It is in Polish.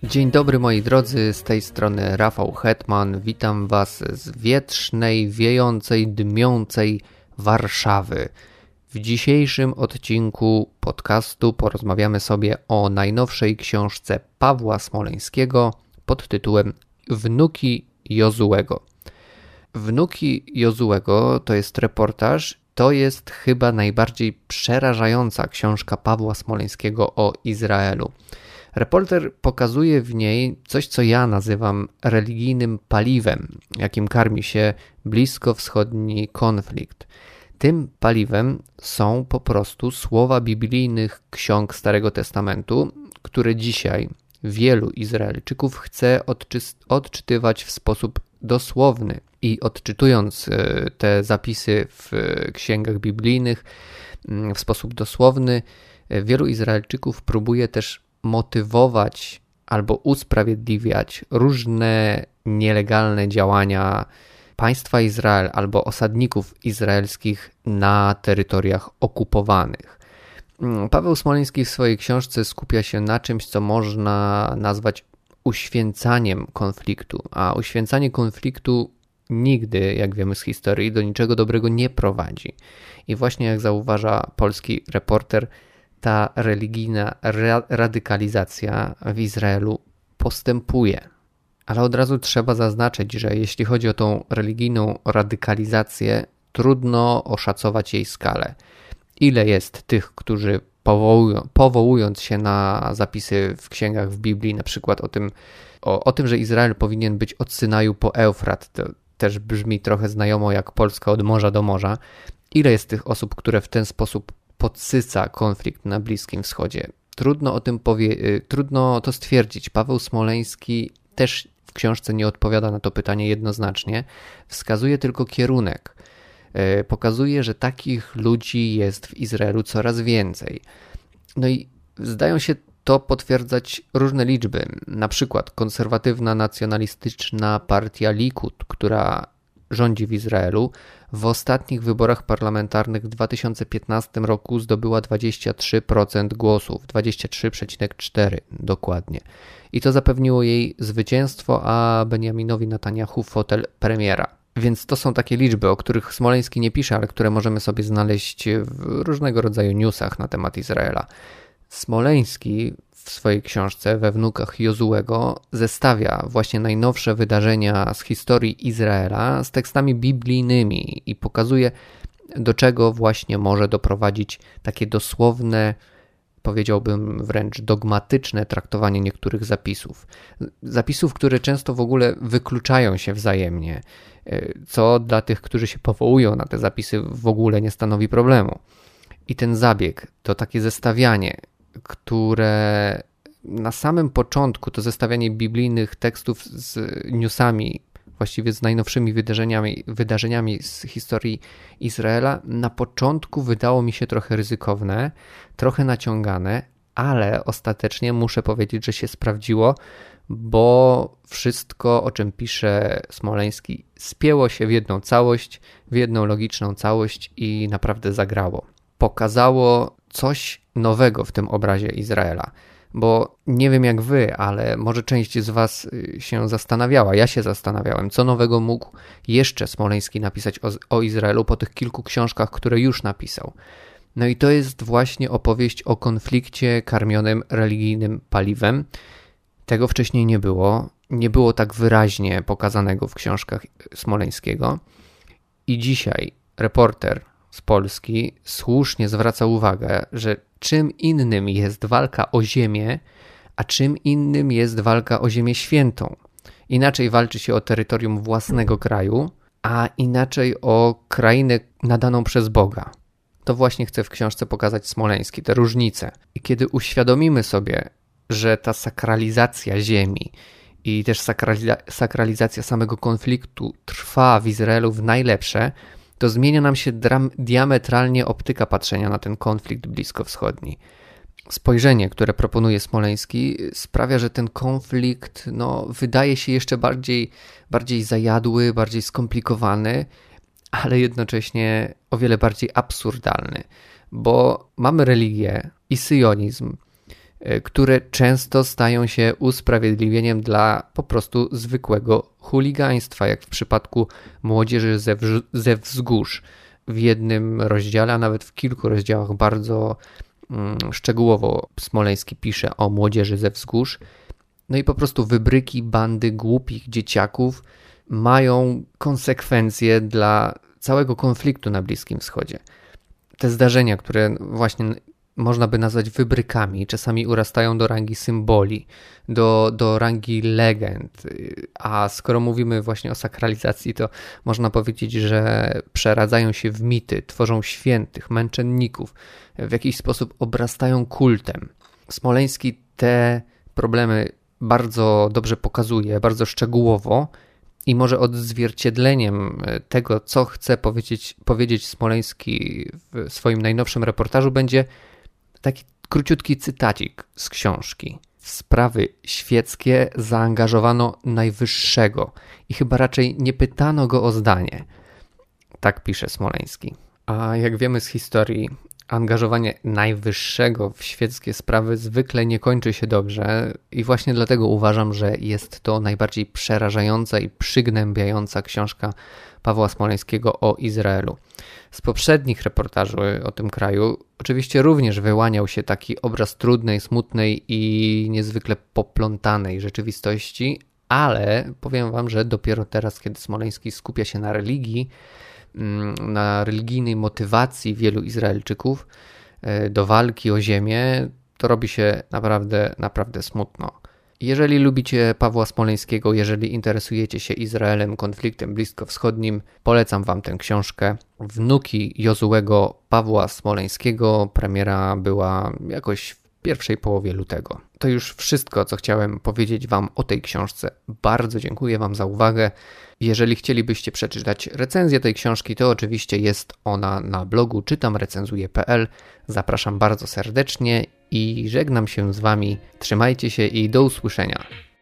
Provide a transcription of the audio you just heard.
Dzień dobry moi drodzy, z tej strony Rafał Hetman. Witam Was z wietrznej, wiejącej, dmiącej Warszawy. W dzisiejszym odcinku podcastu porozmawiamy sobie o najnowszej książce Pawła Smoleńskiego pod tytułem Wnuki Jozułego. Wnuki Jozułego to jest reportaż, to jest chyba najbardziej przerażająca książka Pawła Smoleńskiego o Izraelu. Reporter pokazuje w niej coś, co ja nazywam religijnym paliwem, jakim karmi się bliskowschodni konflikt. Tym paliwem są po prostu słowa biblijnych ksiąg Starego Testamentu, które dzisiaj wielu Izraelczyków chce odczytywać w sposób dosłowny. I odczytując te zapisy w księgach biblijnych w sposób dosłowny, wielu Izraelczyków próbuje też motywować albo usprawiedliwiać różne nielegalne działania państwa Izrael albo osadników izraelskich na terytoriach okupowanych. Paweł Smoleński w swojej książce skupia się na czymś, co można nazwać uświęcaniem konfliktu, a uświęcanie konfliktu nigdy, jak wiemy z historii, do niczego dobrego nie prowadzi. I właśnie jak zauważa polski reporter, ta religijna radykalizacja w Izraelu postępuje. Ale od razu trzeba zaznaczyć, że jeśli chodzi o tą religijną radykalizację, trudno oszacować jej skalę. Ile jest tych, którzy powołując się na zapisy w księgach w Biblii, na przykład o tym, że Izrael powinien być od Synaju po Eufrat, to też brzmi trochę znajomo jak Polska od morza do morza. Ile jest tych osób, które w ten sposób podsyca konflikt na Bliskim Wschodzie? Trudno to stwierdzić. Paweł Smoleński też w książce nie odpowiada na to pytanie jednoznacznie. Wskazuje tylko kierunek. Pokazuje, że takich ludzi jest w Izraelu coraz więcej. No i zdają się to potwierdzać różne liczby. Na przykład konserwatywna, nacjonalistyczna partia Likud, która rządzi w Izraelu, w ostatnich wyborach parlamentarnych w 2015 roku zdobyła 23% głosów, 23,4% dokładnie. I to zapewniło jej zwycięstwo, a Benjaminowi Netanyahu fotel premiera. Więc to są takie liczby, o których Smoleński nie pisze, ale które możemy sobie znaleźć w różnego rodzaju newsach na temat Izraela. Smoleński w swojej książce We wnukach Jozułego zestawia właśnie najnowsze wydarzenia z historii Izraela z tekstami biblijnymi i pokazuje, do czego właśnie może doprowadzić takie dosłowne, powiedziałbym wręcz dogmatyczne traktowanie niektórych zapisów. Zapisów, które często w ogóle wykluczają się wzajemnie, co dla tych, którzy się powołują na te zapisy, w ogóle nie stanowi problemu. I ten zabieg, to takie zestawianie, które na samym początku, to zestawianie biblijnych tekstów z newsami, właściwie z najnowszymi wydarzeniami z historii Izraela, na początku wydało mi się trochę ryzykowne, trochę naciągane, ale ostatecznie muszę powiedzieć, że się sprawdziło, bo wszystko, o czym pisze Smoleński, spięło się w jedną całość, w jedną logiczną całość i naprawdę zagrało. Pokazało coś nowego w tym obrazie Izraela, bo nie wiem jak wy, ale może część z was się zastanawiała, ja się zastanawiałem, co nowego mógł jeszcze Smoleński napisać o Izraelu po tych kilku książkach, które już napisał. No i to jest właśnie opowieść o konflikcie karmionym religijnym paliwem. Tego wcześniej nie było tak wyraźnie pokazanego w książkach Smoleńskiego. I dzisiaj reporter z Polski słusznie zwraca uwagę, że czym innym jest walka o ziemię, a czym innym jest walka o ziemię świętą. Inaczej walczy się o terytorium własnego kraju, a inaczej o krainę nadaną przez Boga. To właśnie chce w książce pokazać Smoleński, te różnice. I kiedy uświadomimy sobie, że ta sakralizacja ziemi i też sakralizacja samego konfliktu trwa w Izraelu w najlepsze, to zmienia nam się diametralnie optyka patrzenia na ten konflikt bliskowschodni. Spojrzenie, które proponuje Smoleński, sprawia, że ten konflikt wydaje się jeszcze bardziej zajadły, bardziej skomplikowany, ale jednocześnie o wiele bardziej absurdalny, bo mamy religię i syjonizm, które często stają się usprawiedliwieniem dla po prostu zwykłego chuligaństwa, jak w przypadku młodzieży ze wzgórz. W jednym rozdziale, a nawet w kilku rozdziałach bardzo szczegółowo Smoleński pisze o młodzieży ze wzgórz. No i po prostu wybryki bandy głupich dzieciaków mają konsekwencje dla całego konfliktu na Bliskim Wschodzie. Te zdarzenia, które właśnie można by nazwać wybrykami, czasami urastają do rangi symboli, do rangi legend. A skoro mówimy właśnie o sakralizacji, to można powiedzieć, że przeradzają się w mity, tworzą świętych, męczenników, w jakiś sposób obrastają kultem. Smoleński te problemy bardzo dobrze pokazuje, bardzo szczegółowo i może odzwierciedleniem tego, co chce powiedzieć Smoleński w swoim najnowszym reportażu, będzie taki króciutki cytacik z książki. W sprawy świeckie zaangażowano Najwyższego i chyba raczej nie pytano go o zdanie. Tak pisze Smoleński. A jak wiemy z historii, angażowanie Najwyższego w świeckie sprawy zwykle nie kończy się dobrze i właśnie dlatego uważam, że jest to najbardziej przerażająca i przygnębiająca książka Pawła Smoleńskiego o Izraelu. Z poprzednich reportaży o tym kraju oczywiście również wyłaniał się taki obraz trudnej, smutnej i niezwykle poplątanej rzeczywistości, ale powiem wam, że dopiero teraz, kiedy Smoleński skupia się na religii, na religijnej motywacji wielu Izraelczyków do walki o ziemię, to robi się naprawdę, naprawdę smutno. Jeżeli lubicie Pawła Smoleńskiego, jeżeli interesujecie się Izraelem, konfliktem bliskowschodnim, polecam wam tę książkę. Wnuki Jozułego Pawła Smoleńskiego. Premiera była jakoś w pierwszej połowie lutego. To już wszystko, co chciałem powiedzieć wam o tej książce. Bardzo dziękuję wam za uwagę. Jeżeli chcielibyście przeczytać recenzję tej książki, to oczywiście jest ona na blogu czytamrecenzuje.pl. Zapraszam bardzo serdecznie i żegnam się z wami. Trzymajcie się i do usłyszenia.